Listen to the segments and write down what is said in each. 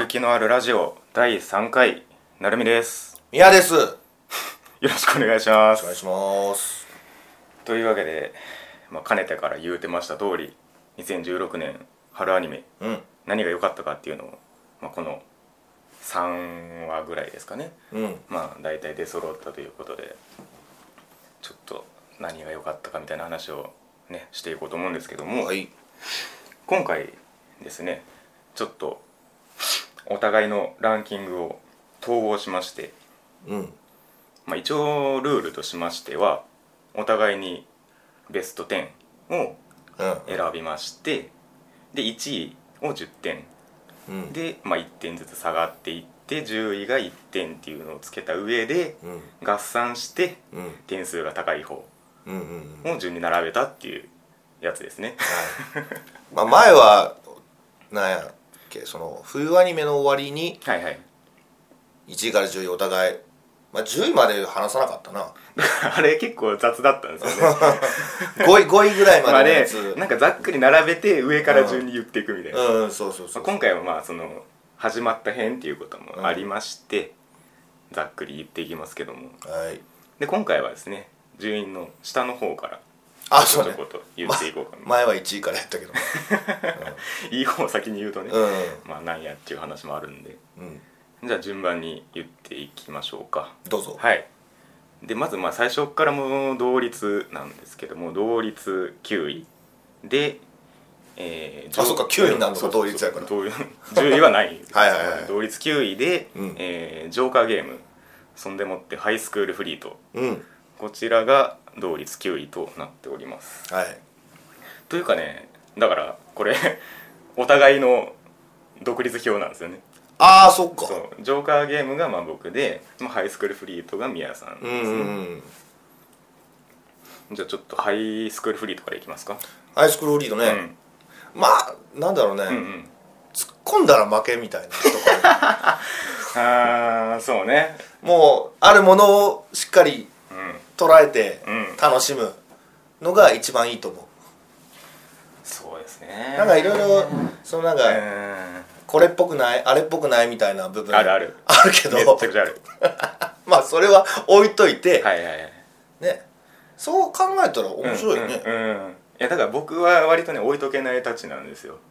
気のあるラジオ第3回なるみです。 宮です。よよろしくお願いします。 ろしくお願いします。 というわけで、かねてから言うてました通り2016年春アニメ、何が良かったかっていうのを、この3話ぐらいですかね、だいたい出揃ったということで、ちょっと何が良かったかみたいな話をねしていこうと思うんですけども、 はい。 今回ですね、ちょっとお互いのランキングを統合しまして、一応ルールとしましてはお互いにベスト10を選びまして、で1位を10点、で、1点ずつ下がっていって10位が1点っていうのをつけた上で、合算して、点数が高い方を順に並べたっていうやつですね。 前はなんやっけ、その冬アニメの終わりに1位から10位お互い、10位まで話さなかったな。 あれ結構雑だったんですよね。 5位ぐらいまでのやつ、 なんかざっくり並べて上から順に言っていくみたいな。 そうそうそう。 今回はその始まった編っていうこともありまして、ざっくり言っていきますけども、で今回はですね、順位の下の方からちょこちょ言っていこうかな。 前は1位からやったけど、 いい方を先に言うとね、なんやっていう話もあるんで、じゃあ順番に言っていきましょうか。 どうぞ。 はい。でまず最初からも同率なんですけども、同率9位で、 そっか、9位なんのか同率やから。 10位はないです。同率9位で、ジョーカーゲーム、そんでもってハイスクールフリート、こちらが同率9位となっております。というかね、だからこれお互いの独立表なんですよね。 そっか。 そう、ジョーカーゲームが僕で、ハイスクールフリートが宮さんですね。じゃあちょっとハイスクールフリートからいきますか。 ハイスクールフリートね、なんだろうね、突っ込んだら負けみたいなとかそうね、 もうあるものをしっかり捉えて楽しむのが一番いいと思う。 そうですね。 なんかいろいろそのなんかこれっぽくないあれっぽくないみたいな部分あるけど、 めっちゃくちゃある。 それは置いといて、 ね、 そう考えたら面白いよね。 いやだから僕は割とね置いとけないたちなんですよ。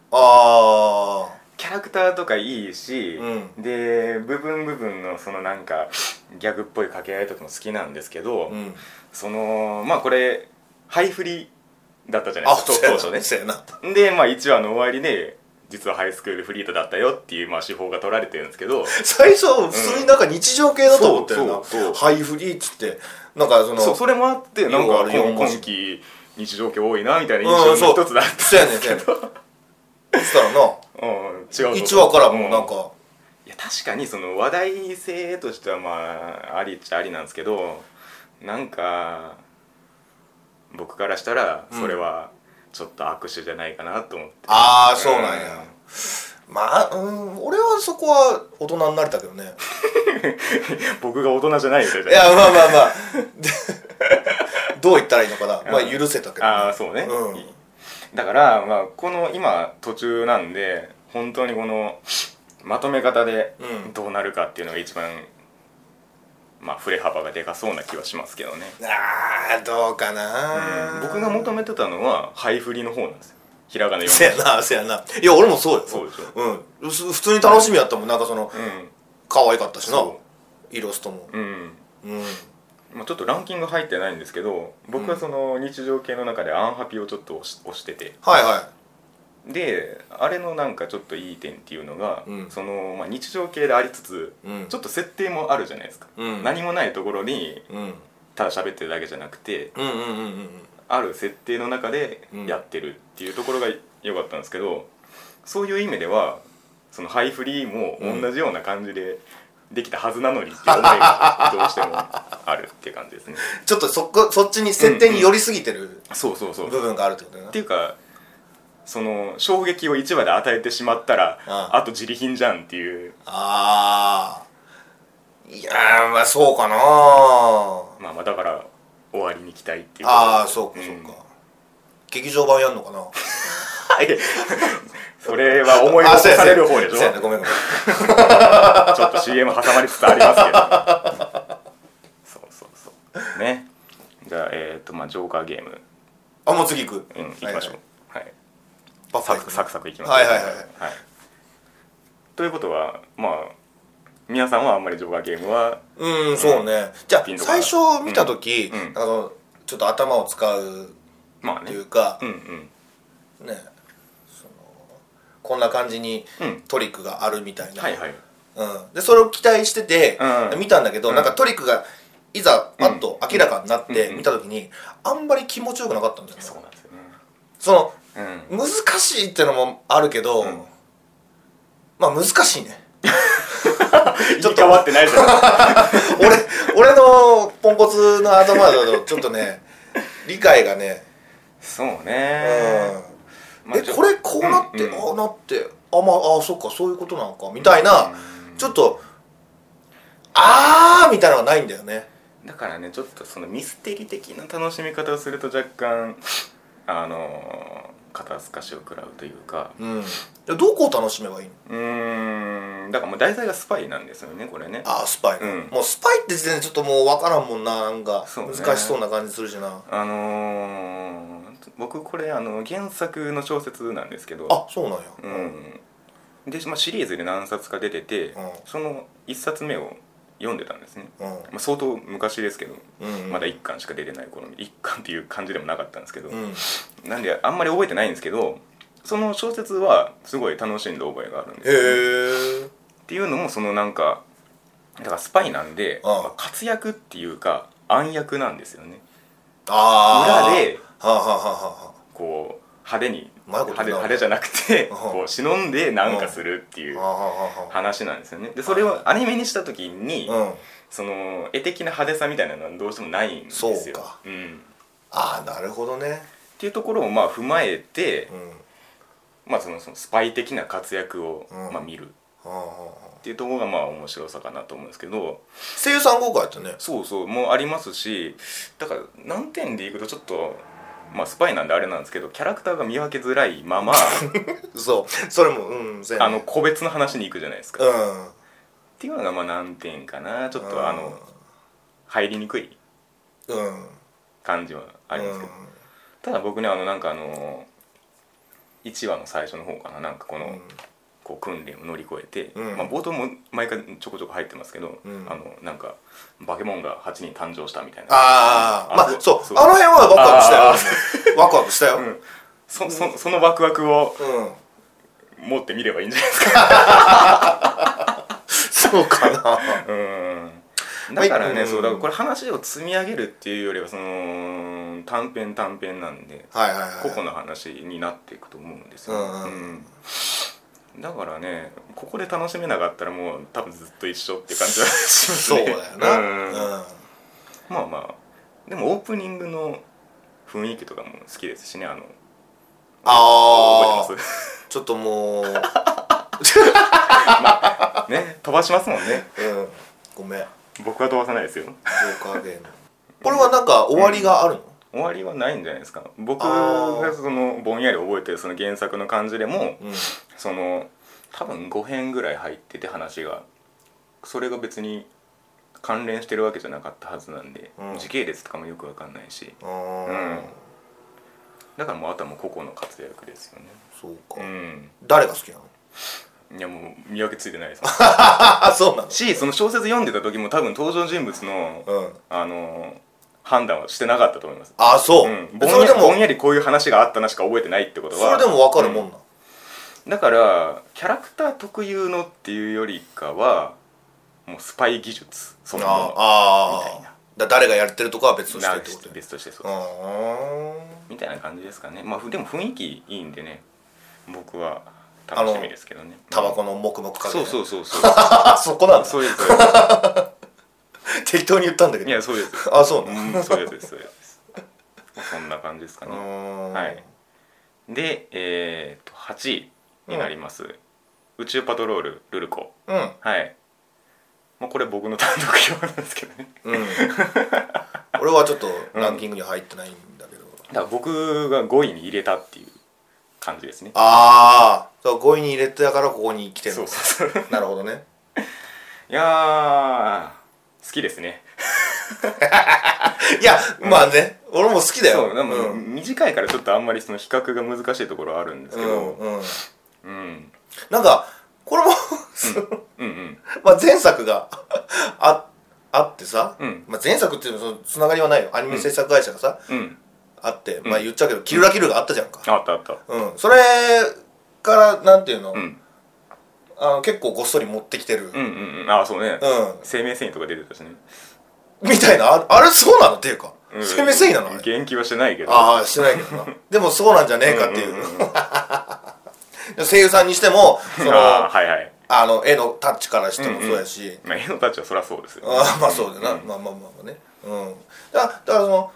キャラクターとかいいし、で部分のそのなんかギャグっぽい掛け合いとかも好きなんですけど、そのこれハイフリだったじゃないですか、当初ね。で1話の終わりで実はハイスクールフリートだったよっていう手法が取られてるんですけど、 最初普通になんか日常系だと思ったよな。ハイフリーっつってなんかそれもあって、なんか今期日常系多いなみたいな印象の一つだったんですけど、 そしたらな、 違う 1話からもうなんか、 いや確かにその話題性としてはありっちゃありなんですけど、なんか僕からしたらそれはちょっと握手じゃないかなと思って。 そうなんや。俺はそこは大人になれたけどね。 僕が大人じゃないみたいな。 いやどう言ったらいいのかな。許せたけど。 そうね。だからこの今途中なんで、本当にこのまとめ方でどうなるかっていうのが一番振れ幅がでかそうな気はしますけどね。 どうかな。 僕が求めてたのはハイフリの方なんですよ。ひらがな読む。せやな。いや俺もそうよ。 そうでしょ。 普通に楽しみやったもん。なんかその可愛かったしな、イラストも。 ちょっとランキング入ってないんですけど、僕はその日常系の中でアンハピをちょっと押してて、であれのなんかちょっといい点っていうのが、その日常系でありつつ、ちょっと設定もあるじゃないですか。何もないところにただ喋ってるだけじゃなくて、ある設定の中でやってるっていうところが良かったんですけど、そういう意味ではそのハイフリーも同じような感じでできたはずなのにっていう思いがどうしてもあるっていう感じですね。 ちょっとそっちに設定に寄りすぎてる部分があるってことだよな。 っていうか、その衝撃を1話で与えてしまったらあと自利品じゃんっていう。 いやそうかな。 だから終わりに期待っていう。 そうか。劇場版やんのかな。 それは思い起こされる方でしょ。 ごめんちょっと CM 挟まりつつありますけどそうね。じゃあジョーカーゲームもう次行く。 行きましょう。はい。サクサクいきましょう。 はい。 ということは皆さんはあんまりジョーカーゲームはそうね。じゃあ最初見た時ちょっと頭を使うっていうかね、こんな感じにトリックがあるみたいな、でそれを期待してて見たんだけど、なんかトリックがいざパッと明らかになって見た時にあんまり気持ちよくなかったんだよね。 そうなんですよね。 その難しいってのもあるけど、難しいね。 ちょっと変わってないじゃん。 俺のポンコツの頭だとちょっとね理解がね。 そうね。 これこうなってああなってそっかそういうことなのかみたいな、ちょっとみたいなのがないんだよね。 だからねちょっとそのミステリ的な楽しみ方をすると若干肩透かしを食らうというか、 どこを楽しめばいいの？ だからもう題材がスパイなんですよねこれね。 スパイ、もうスパイって時点でちょっともう分からんもんな。なんか難しそうな感じするしな。 僕これ原作の小説なんですけど。 そうなんや。 で、シリーズで何冊か出てて、その1冊目を読んでたんですね。相当昔ですけど、まだ1巻しか出てない頃に1巻っていう感じでもなかったんですけど、なんであんまり覚えてないんですけど、その小説はすごい楽しんだ覚えがあるんですよ、っていうのもそのなんかだからスパイなんで、活躍っていうか暗躍なんですよね。裏でこう派手じゃなくてこう忍んで何かするっていう話なんですよね。でそれをアニメにした時にその絵的な派手さみたいなのはどうしてもないんですよ。 そうか。なるほどね。 っていうところを踏まえて、そのスパイ的な活躍を見るっていうところが面白さかなと思うんですけど、 声優さん豪華やったね。 そうもうありますし、だから何点でいくとちょっとスパイなんであれなんですけどキャラクターが見分けづらいままそれも個別の話に行くじゃないですか、っていうのが何点かな、ちょっと入りにくい感じはありますけど、ただ僕ねなんか1話の最初の方かな、なんかこのこう訓練を乗り越えて、冒頭も毎回ちょこちょこ入ってますけど、なんかバケモンが8人誕生したみたいな。あの辺はワクワクしたよ。ワクワクしたよ。 そのワクワクを持ってみればいいんじゃないですか。 そうかな。 だからね、だからこれ話を積み上げるっていうよりはその短編なんで個々の話になっていくと思うんですよ。だからねここで楽しめなかったらもう多分ずっと一緒って感じはしますね。 そうだよな。 でもオープニングの雰囲気とかも好きですしね。覚えてます？ ちょっともうね飛ばしますもんね。 ごめん。 僕は飛ばさないですよ。 ジョーカーゲーム。これはなんか終わりがあるの？ 終わりはないんじゃないですか。僕がそのぼんやり覚えてるその原作の感じでも、その多分5編ぐらい入ってて話がそれが別に関連してるわけじゃなかったはずなんで、時系列とかもよく分かんないし、だからもうあとはもう個々の活躍ですよね。 そうか。誰が好きなの？ いやもう見分けついてないです。 そうなの？ その小説読んでた時も多分登場人物の、判断はしてなかったと思います。 そう。 ぼんやりこういう話があったなしか覚えてないってことは。 それでも分かるもんな。 だからキャラクター特有のっていうよりかはもうスパイ技術そのものみたいな。 誰がやってるとかは別としてってこと。 別としてそうみたいな感じですかね。でも雰囲気いいんでね、僕は楽しみですけどね。 タバコの黙々かけ。 そうそこなんだ。 そうです適当に言ったんだけど。 いやそうです。 そうなの。 そうですそんな感じですかね。はい。で8位になります、宇宙パトロールルルコ。はい。これ僕の単独票なんですけどね。俺はちょっとランキングに入ってないんだけど。 だから僕が5位に入れたっていう感じですね。 ああ、5位に入れてだからここに来てるの。そうそうなるほどね。 いや好きですね。 いや、まあね、俺も好きだよ。 そう、でも、短いからちょっとあんまりその比較が難しいところはあるんですけど、 なんかこれもまあ前作があってさ、まあ前作っていうのそのつながりはないよ。アニメ制作会社がさ、あって、まあ言っちゃうけど、キルラキルがあったじゃんか。 あったあった。 それからなんていうの、結構ごっそり持ってきてる。 ああそうね。生命繊維とか出てたしね。みたいな、あれそうなのっていうか、生命繊維なの？ 元気はしてないけど。 ああしてないけどな。でもそうなんじゃねえかっていう。声優さんにしてもその絵のタッチからしてもそうやし、 まあ絵のタッチはそりゃそうですよ。 まあそうだな。まあね。だからその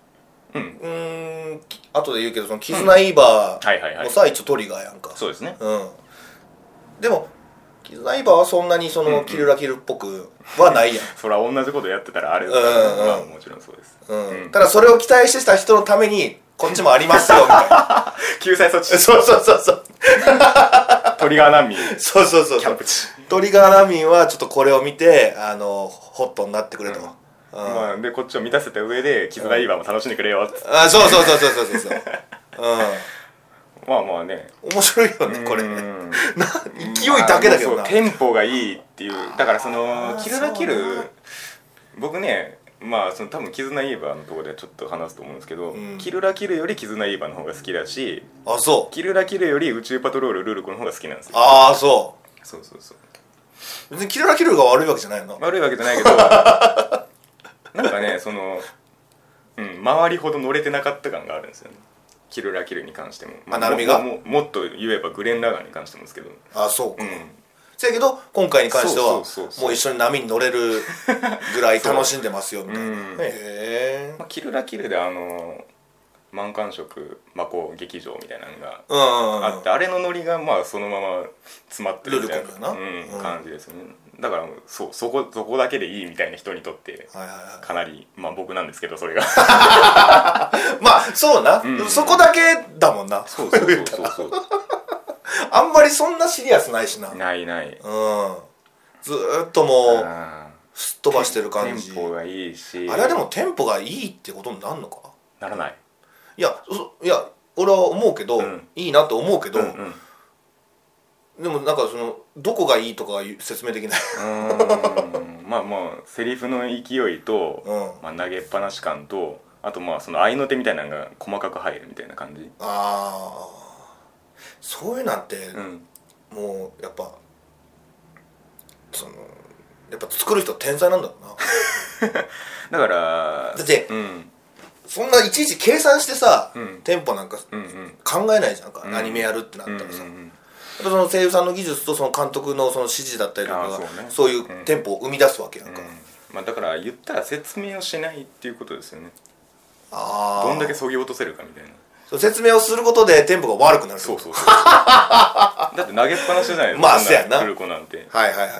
後で言うけど、その絆イーバーもさ一応トリガーやんか。 そうですね。 でも絆イーバーはそんなにそのキルラキルっぽくはないやん。 それは同じことやってたらあれですけど、まあもちろんそうです。 ただそれを期待してた人のためにこっちもありますよみたいな。 救済措置。 そうトリガー難民。 そうキャンプ地。トリガー難民はちょっとこれを見てホットになってくれと。 まあでこっちを満たせた上で絆イーバーも楽しんでくれよって。 そう。 まあまあね。 面白いよねこれ。勢いだけだけどな。 テンポがいいっていう。だからそのキルラキル、僕ね。まあその多分絆イーバーのところでちょっと話すと思うんですけど、キルラキルより絆イーバーの方が好きだし、キルラキルより宇宙パトロールルルコの方が好きなんですよ。そう別にキルラキルが悪いわけじゃないの。 悪いわけじゃないけどなんかねその周りほど乗れてなかった感があるんですよね、キルラキルに関しても。 なるみがもっと言えばグレン・ラガンに関してもですけど。 そうか。せやけど今回に関してはもう一緒に波に乗れるぐらい楽しんでますよみたいな。 キルラキルで満感触魔法劇場みたいなのがあって、あれのノリがまあそのまま詰まってるみたいな感じですよね。だからそこだけでいいみたいな人にとってかなりまあ僕なんですけどそれがまあそうな、そこだけだもんな。そうあんまりそんなシリアスないしな。 ない。 ずっともうすっ飛ばしてる感じ。 テンポがいいし。 あれはでもテンポがいいってことになるのか。 ならない。 いや俺は思うけど、いいなって思うけど、でもなんかそのどこがいいとかが説明できない。 まあセリフの勢いと、投げっぱなし感と、あとまあその合いの手みたいなのが細かく入るみたいな感じ。 そういうなんて、もうやっぱ作る人天才なんだろうな。 だからだって、そんないちいち計算してさ、テンポなんか考えないじゃんか、アニメやるってなったらさ。あとその声優さんの技術とその監督のその指示だったりとかがそういうテンポを生み出すわけやんか。 だから言ったら説明をしないっていうことですよね。どんだけそぎ落とせるかみたいな。 説明をすることでテンポが悪くなる。 そうだって投げっぱなしじゃないの。 まあそうやな。 フルコなんて。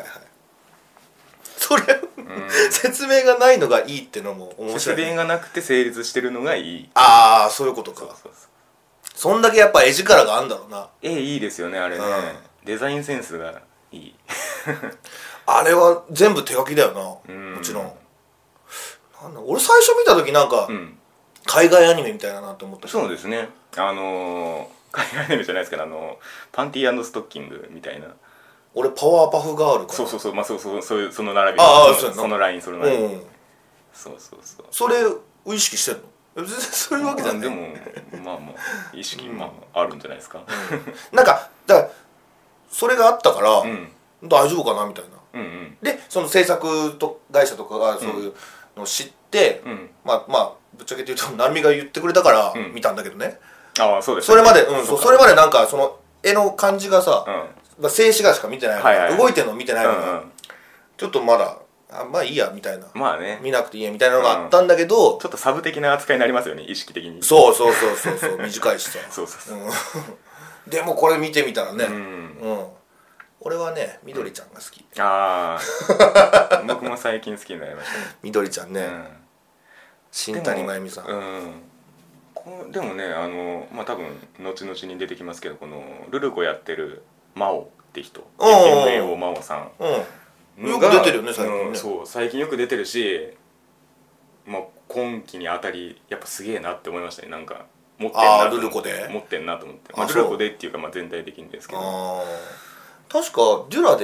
それ説明がないのがいいってのも面白い。 説明がなくて成立してるのがいい。 そういうことか。そんだけやっぱ絵力があるんだろうな。 いいですよねあれね。デザインセンスがいい。 あれは全部手書きだよな。もちろん。俺最初見た時なんか海外アニメみたいだなって思った。 そうですね。海外アニメじゃないですけどパンティー&ストッキングみたいな。 俺パワーパフガールかな。 そうまあそういうその並び。そのライン。そうそれを意識してんの？全然そういうわけじゃない。 でもまあ意識あるんじゃないですか。 なんかだからそれがあったから大丈夫かなみたいな。でその制作会社とかがそういうのを知ってまあぶっちゃけて言うと成美が言ってくれたから見たんだけどね。 そうです。 それまでなんかその絵の感じがさ静止画しか見てないから、動いてるの見てないからちょっとまだまあいいやみたいな、見なくていいやみたいなのがあったんだけど、 ちょっとサブ的な扱いになりますよね、意識的に。 そう短いしさ。でもこれ見てみたらね、俺はねみどりちゃんが好き。 僕も最近好きになりましたね。 みどりちゃんね、新谷真由美さん。 でもねまあ多分後々に出てきますけど、このルルコやってる真央って人、MAO 真央さん、 よく出てるよね最近ね。 そう最近よく出てるし、まあ今期にあたりやっぱすげえなって思いましたね。なんか持ってんなルルコで持ってんなと思って、まあ、ルルコでっていうかまあ全体的にですけど、 確かデュラ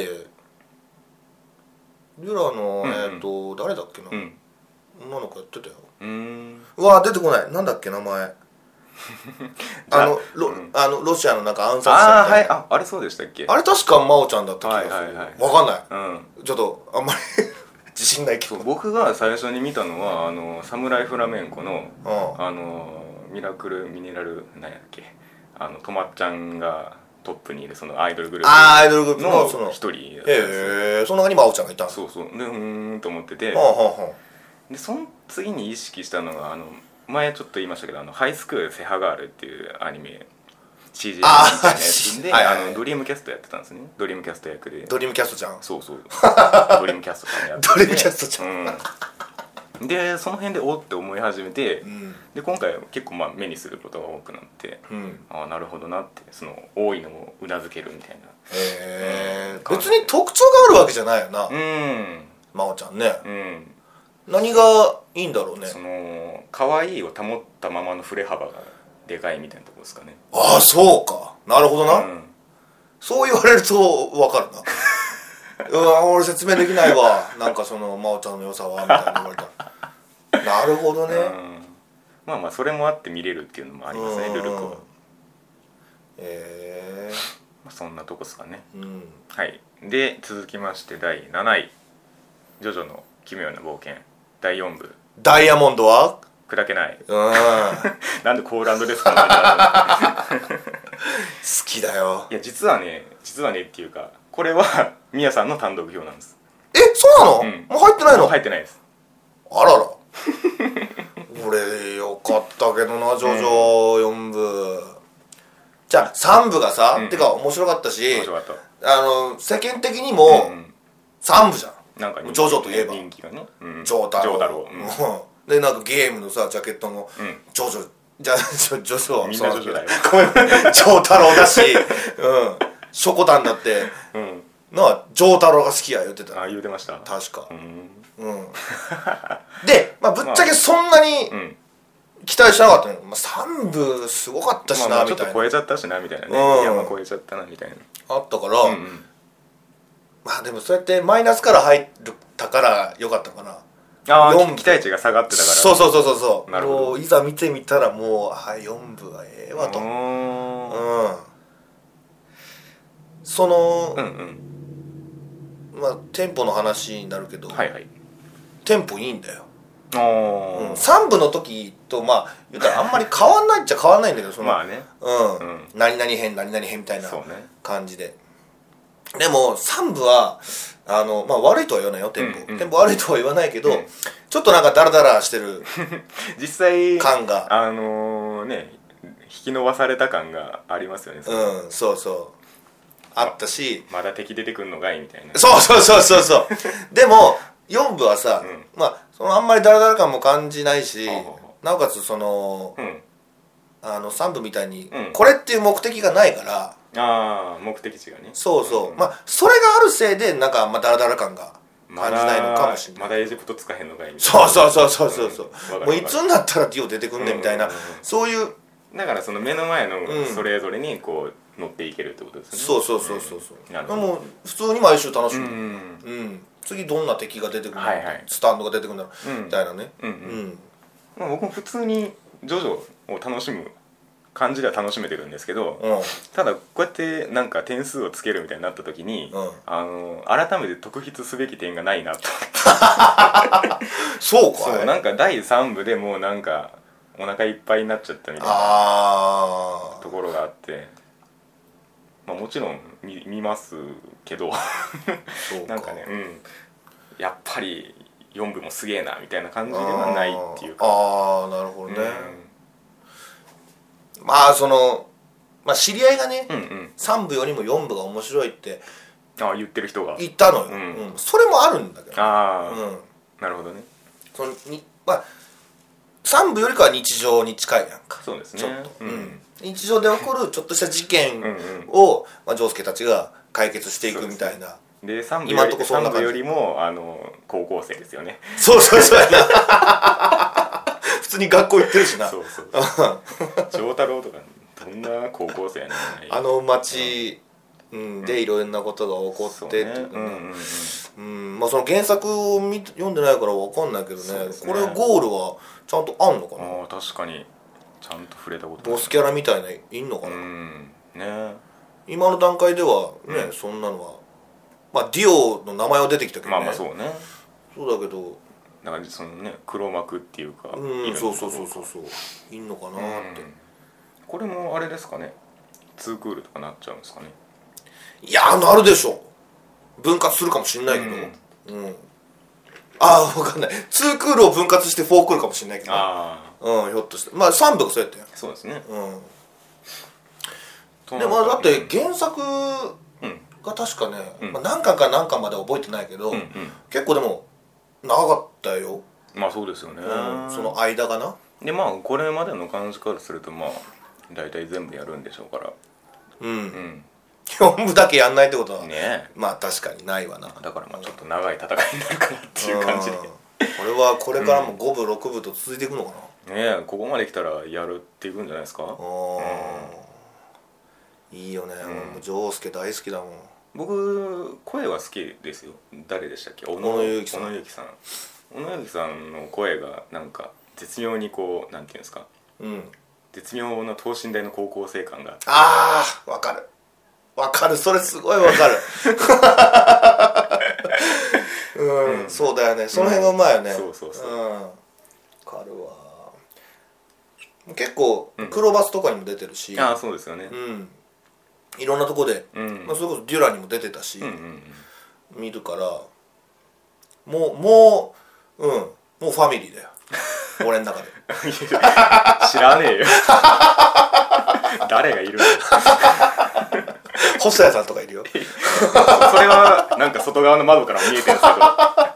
の誰だっけな、女の子やってたよ。うわ出てこない、なんだっけ名前ロシアのなんか暗殺者みたいな。 あれそうでしたっけ。 あれ確か真央ちゃんだった気がする。分かんない、ちょっとあんまり自信ないけど。 僕が最初に見たのはサムライフラメンコのミラクルミネラルなんやっけ、とまっちゃんがトップにいるそのアイドルグループの一人だったんですよ。 その中に真央ちゃんがいた。 そうそうでと思ってて、でその次に意識したのが前ちょっと言いましたけどハイスクールセハガールっていうアニメ CG みたいなやつでドリームキャストやってたんですね。ドリームキャスト役で。 ドリームキャストちゃん。 そうドリームキャストちゃんやっててドリームキャストちゃん、 でその辺でおって思い始めて、で今回結構目にすることが多くなって、なるほどなって、その多いのをうなずけるみたいな。 別に特徴があるわけじゃないよな。真央ちゃんね。何がいいんだろうね。 その可愛いを保ったままの振れ幅がでかいみたいなところですかね。 ああそうか、なるほどな、そう言われると分かるな俺説明できないわ、なんかその真央ちゃんの良さはみたいに言われたなるほどね。 まあそれもあって見れるっていうのもありますね、ルルコは。そんなとこですかね。はい。で続きまして第7位ジョジョの奇妙な冒険第4部ダイヤモンドは砕けない。なんでコール&レスポンスになるの好きだよ。 いや実はねっていうか、これはミヤさんの単独票なんです。 そうなの？もう入ってないの？ 入ってないです。 あらら俺よかったけどな、ジョジョ4部。じゃあ3部がさ、てか面白かったし、 面白かった。 世間的にも3部じゃん。 なんかジョジョといえば人気がね、 ジョー太郎で、なんかゲームのさジャケットもジョジョジョジョみんなジョジョだよジョー太郎だし、ショコタンだってジョー太郎が好きや言ってた。 言うてました確か。でぶっちゃけそんなに期待しなかったの。3部すごかったしなみたいな、 ちょっと超えちゃったしなみたいなね、山超えちゃったなみたいなあったから、でもそうやってマイナスから入ったからよかったかな。 期待値が下がってたから。 そうなるほど。いざ見てみたらもう4部はええわと。そのテンポの話になるけど、テンポいいんだよ。3部の時と言ったらあんまり変わんないっちゃ変わんないんだけど、その何々編何々編みたいな感じで。でも3部は悪いとは言わないよ、テンポ悪いとは言わないけど、ちょっとなんかダラダラしてる実際感が引き伸ばされた感がありますよね。 そうあったし、 まだ敵出てくんのかいみたいな。 そうでも4部はさ、あんまりダラダラ感も感じないし、なおかつその3部みたいにこれっていう目的がないから、 目的地がね。 それがあるせいでなんかダラダラ感が感じないのかもしれない。 まだエジプトつかへんのかいみたいな。そうもういつになったらディオ出てくんねんみたいな、そういう。 だからその目の前のそれぞれにこう乗っていけるってことですね。 そうもう普通に毎週楽しむ。次どんな敵が出てくるの、スタンドが出てくるんだろうみたいなね。 僕も普通にジョジョを楽しむ感じでは楽しめてるんですけど、ただこうやってなんか点数をつけるみたいになった時に、改めて特筆すべき点がないなとそうか。 そうなんか第3部でもうなんかお腹いっぱいになっちゃったみたいなところがあって、もちろん 見ますけどなんかね、やっぱり4部もすげえなみたいな感じではないっていうか。 なるほどね。知り合いがね、3部よりも4部が面白いって言ってる人が言ったのよ。それもあるんだけど。 なるほどね。 3部よりかは日常に近いやんか。 そうですね。 ちょっと、日常で起こるちょっとした事件を丈介たちが解決していくみたいな。 で3部よりも高校生ですよね。 そうそうそうやな普通に学校行ってるしな。 そうそう長太郎とかどんな高校生やねん。町でいろんなことが起こってっていうかね。まあその原作を読んでないから分かんないけどね。これゴールはちゃんとあんのかな。 ああ確かにちゃんと触れたことない。 ボスキャラみたいないんのかな。 ね。 今の段階ではね、そんなのはまあディオの名前は出てきたけどね。 まあそうね。 そうだけどなんかそのね黒幕っていうかそういんのかなって。 これもあれですかね、2クールとかなっちゃうんですかね。 いやなるでしょ。分割するかもしんないけど、分かんない。2クールを分割して4クールかもしんないけど、ひょっとしてまあ3部がそうやったよ。 そうですね。 でもだって原作が確かね、何巻か何巻まで覚えてないけど、結構でも長かったよ。 まあそうですよね。 その間がな。 でまあこれまでの感じからするとまあ大体全部やるんでしょうから。 4部だけやんないってことはね。 まあ確かにないわな。 だからまあちょっと長い戦いになるかなっていう感じで。 これはこれからも5部6部と続いていくのかな。ねここまで来たらやるっていくんじゃないですか。 いいよね。丈介大好きだもん。 僕声は好きですよ。誰でしたっけ。小野由紀さん。小野由紀さんの声がなんか絶妙にこうなんていうんですか、絶妙な等身大の高校生感があって。 わかるわかる。それすごいわかるそうだよね。その辺がうまいよね。 そうわかるわ。結構クロバスとかにも出てるし。 そうですよね。 いろんなとこで、それこそデュラにも出てたし、見るからもうファミリーだよ俺の中で知らねえよ誰がいるの細谷さんとかいるよそれはなんか外側の窓から見えてるんですけど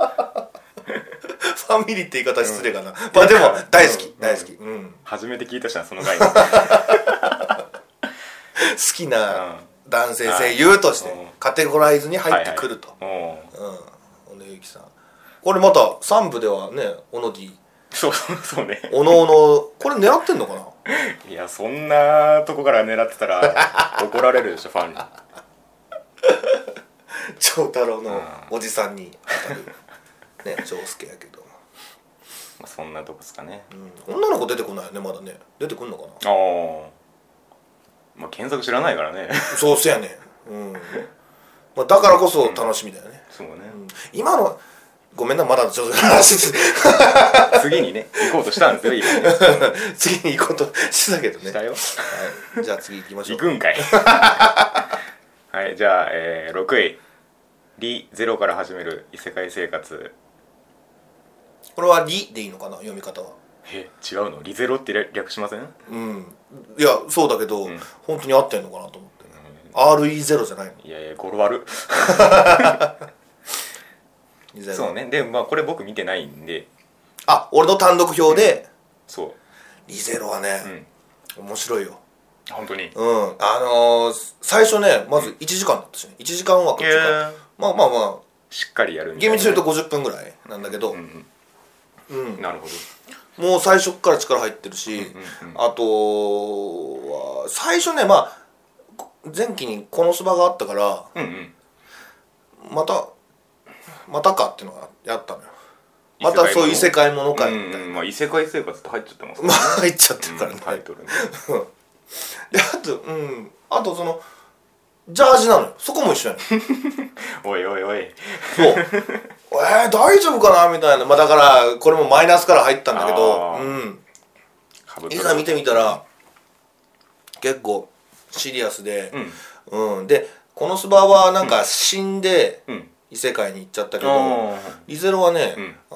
ファミリーって言い方失礼かな。まあでも大好き初めて聞いたしなその概念好きな男性声優としてカテゴライズに入ってくると。小野由紀さん、これまた3部ではね、小野 D そうね、 おのおのこれ狙ってんのかな。 いやそんなとこから狙ってたら怒られるでしょファンに。 長太郎のおじさんに当たるね丈介やけど、 そんなとこですかね。 女の子出てこないよねまだね。出てくんのかな。 まあ検索知らないからね。 そうせやね。だからこそ楽しみだよね。 そうね。 今のごめんな、まだちょっと話次にね行こうとしたんですよ今ね。 次に行こうとしてたけどね。 したよ。 じゃあ次行きましょう。 行くんかい。はい、じゃあ、6位リゼロから始める異世界生活。 これはリでいいのかな読み方は。 違うの。リゼロって略しません？ いやそうだけど、本当に合ってんのかなと思って、RE0 じゃないの。 いや語呂悪そうね。でまあこれ僕見てないんで、 俺の単独表で、 そうリゼロはね、面白いよ本当に。 最初ねまず1時間だったしね。1時間はまあしっかりやるみたいな。 厳密に言うと50分ぐらいなんだけど、 なるほど。 もう最初から力入ってるし、あとは最初ね前期にこのスバがあったから、またかっていうのがやったのよ。またそういう異世界ものかみたいな。 異世界生活って入っちゃってますね。入っちゃってるからね、 タイトルに。 であとそのジャージなのよ。そこも一緒やねおいそう大丈夫かなみたいな。だからこれもマイナスから入ったんだけど、いざ見てみたら結構シリアスで、でこのスバはなんか死んで異世界に行っちゃったけど、リゼロはね、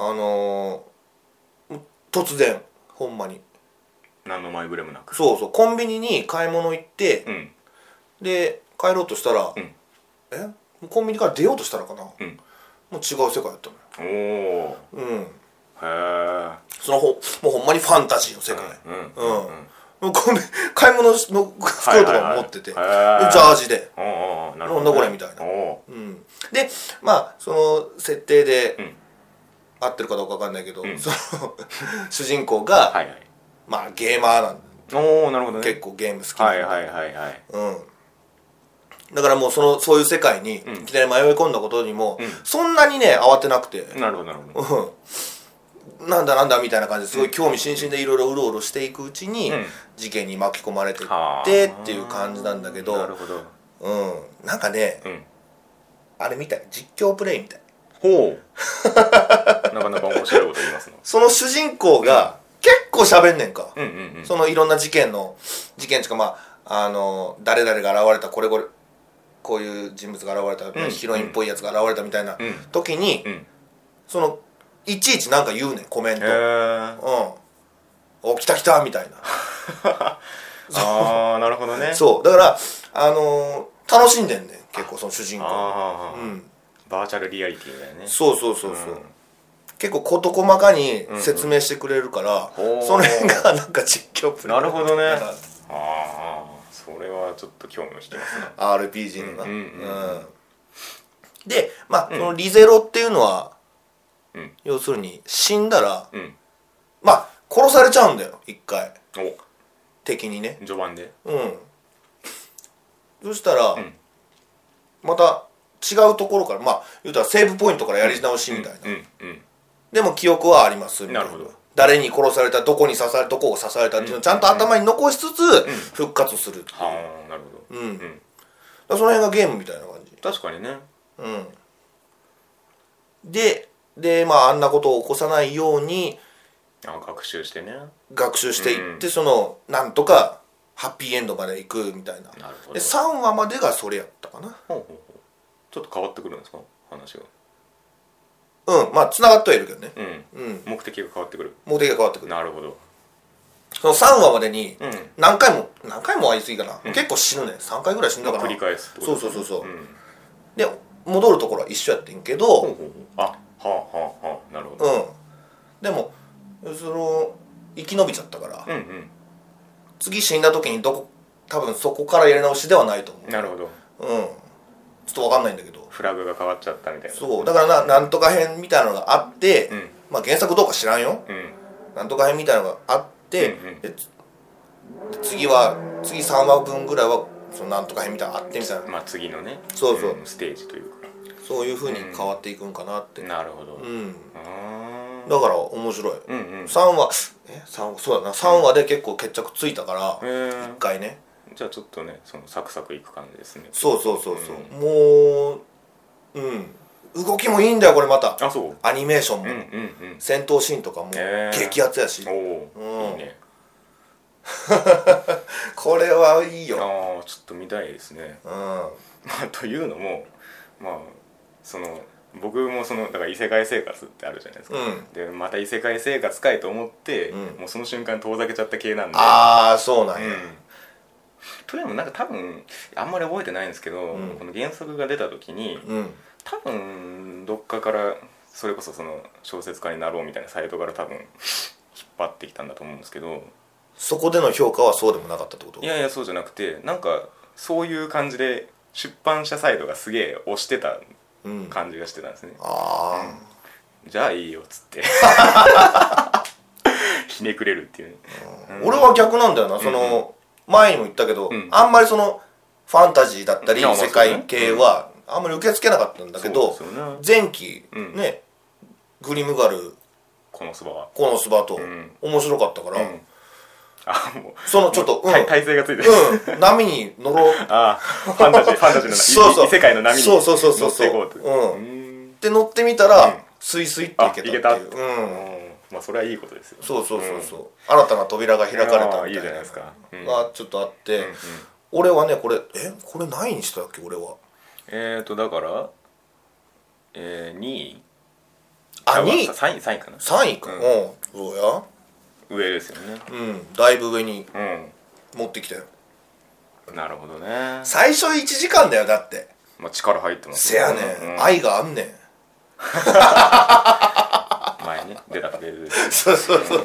突然ほんまに何の前触れもなく、 コンビニに買い物行って、で帰ろうとしたら、コンビニから出ようとしたらかな、もう違う世界だったのよ。へえ。 そのもうほんまにファンタジーの世界。もうこれ買い物の袋とか持ってて、ジャージでなんだこれみたいな。でまあその設定で合ってるかどうかわかんないけど、その主人公がまあゲーマーなんだ。結構ゲーム好きなんだ。だからもうそういう世界にいきなり迷い込んだことにもそんなにね慌てなくて、なんだみたいな感じですごい興味津々でいろいろうろうろしていくうちに事件に巻き込まれてってっていう感じなんだけど、なんかねあれみたい、実況プレイみたい。 ほうなかなか面白いこと言いますね。 その主人公が結構喋んねんか。そのいろんな事件っていうか、まあ誰々が現れた、こういう人物が現れた、ヒロインっぽいやつが現れたみたいな時に、そのいちいちなんか言うねん、コメント。お来たみたいな。 ああなるほどね。 そうだから楽しんでんねん結構その主人公。 バーチャルリアリティだよね。 そう結構事細かに説明してくれるから、その辺がなんか実況プレイ。 なるほどね。それはちょっと興味を引きますね。 RPG のな。でまあそのリゼロっていうのは要するに死んだらまあ殺されちゃうんだよ一回敵にね、 序盤で。 そしたらまた違うところから、まあ言うたらセーブポイントからやり直しみたいな。でも記憶はありますみたいな。誰に殺された、どこを刺されたっていうのをちゃんと頭に残しつつ復活するっていう。 なるほど。その辺がゲームみたいな感じ。 確かにね。 でまああんなことを起こさないように学習していって、そのなんとかハッピーエンドまで行くみたいな。で3話までがそれやったかな。 ちょっと変わってくるんですか話が。 まあつながってはいるけどね。 目的が変わってくる。 なるほど。 その3話までに何回もは言い過ぎかな、結構死ぬね。3回ぐらい死んだかな。 繰り返すってこと。 そうで戻るところは一緒やってんけど、 なるほど。 でもその生き延びちゃったから、次死んだ時に多分そこからやり直しではないと思う。 なるほど。 ちょっと分かんないんだけど、 フラグが変わっちゃったみたいな。 そうだからなんとか編みたいなのがあって、まあ原作どうか知らんよ。なんとか編みたいなのがあって、次3話分ぐらいはそのなんとか編みたいなのがあってみたいな。 まあ次のね、ステージというか、 そういう風に変わっていくんかなって。 なるほど。 だから面白い。3話そうだな、3話で結構決着ついたから1回ね。 じゃあちょっとね、そのサクサクいく感じですね。 そうもう動きもいいんだよこれまた。アニメーションも戦闘シーンとかも激アツやし。いいね。これはいいよ。 ちょっと見たいですね。というのもまあその僕もだから異世界生活ってあるじゃないですか。でまた異世界生活かいと思ってもうその瞬間遠ざけちゃった系なんで。 そうなんや。 というのもなんか多分あんまり覚えてないんですけど、この原作が出た時に多分どっかからそれこそその小説家になろうみたいなサイトから多分引っ張ってきたんだと思うんですけど、 そこでの評価はそうでもなかったってこと？ いやそうじゃなくて、なんかそういう感じで出版社サイトがすげえ推してた感じがしてたんですね。じゃあいいよっつってひねくれるっていうね。 俺は逆なんだよな。その前にも言ったけど、あんまりそのファンタジーだったり世界系はあんまり受け付けなかったんだけど、前期ねグリムガルこのスバと面白かったから、 もうそのちょっと体勢がついてる。 波に乗ろう。 ファンタジーの異世界の波に乗っていこうって乗ってみたらスイスイっていけたっていう。 まあそれはいいことですよ。 そう新たな扉が開かれたみたいな。 いいじゃないですか。 がちょっとあって、俺はねこれ何にしたっけ俺は。 だから2位 2位 3位かな。 3位か。そうや。 上ですよね。 だいぶ上に持ってきたよ。 なるほどね。 最初1時間だよだって。 まあ力入ってますせやねん。愛があんねん。 前ね。 出たフレーズそう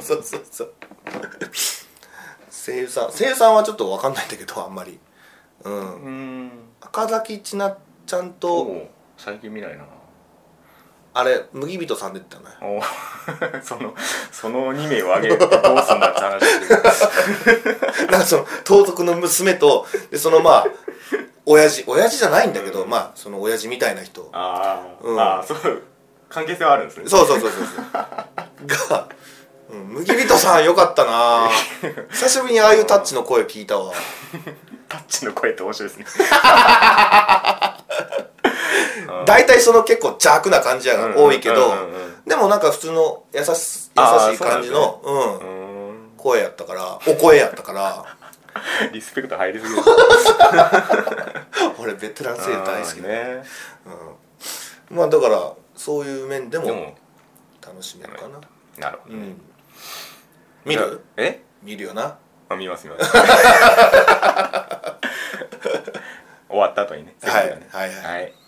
声優さんはちょっと分かんないんだけどあんまり赤崎千奈ちゃんと最近見ないなあれ麦人さん出てたねその2名を挙げてどうすんだって話なんかその盗賊の娘とでそのまあ親父じゃないんだけど、まあその親父みたいな人そう関係性はあるんですねそうが、麦人さんよかったな久しぶりにああいうタッチの声聞いたわタッチの声って面白いですね大体その結構邪悪な感じが多いけどでもなんか普通の優しい感じの声やったからお声やったからリスペクト入りすぎる俺ベテラン声優大好きね、まあだからそういう面でも楽しめるかな。 なるほどね、 見る？見るよな。 見ます終わった後にね。 はい。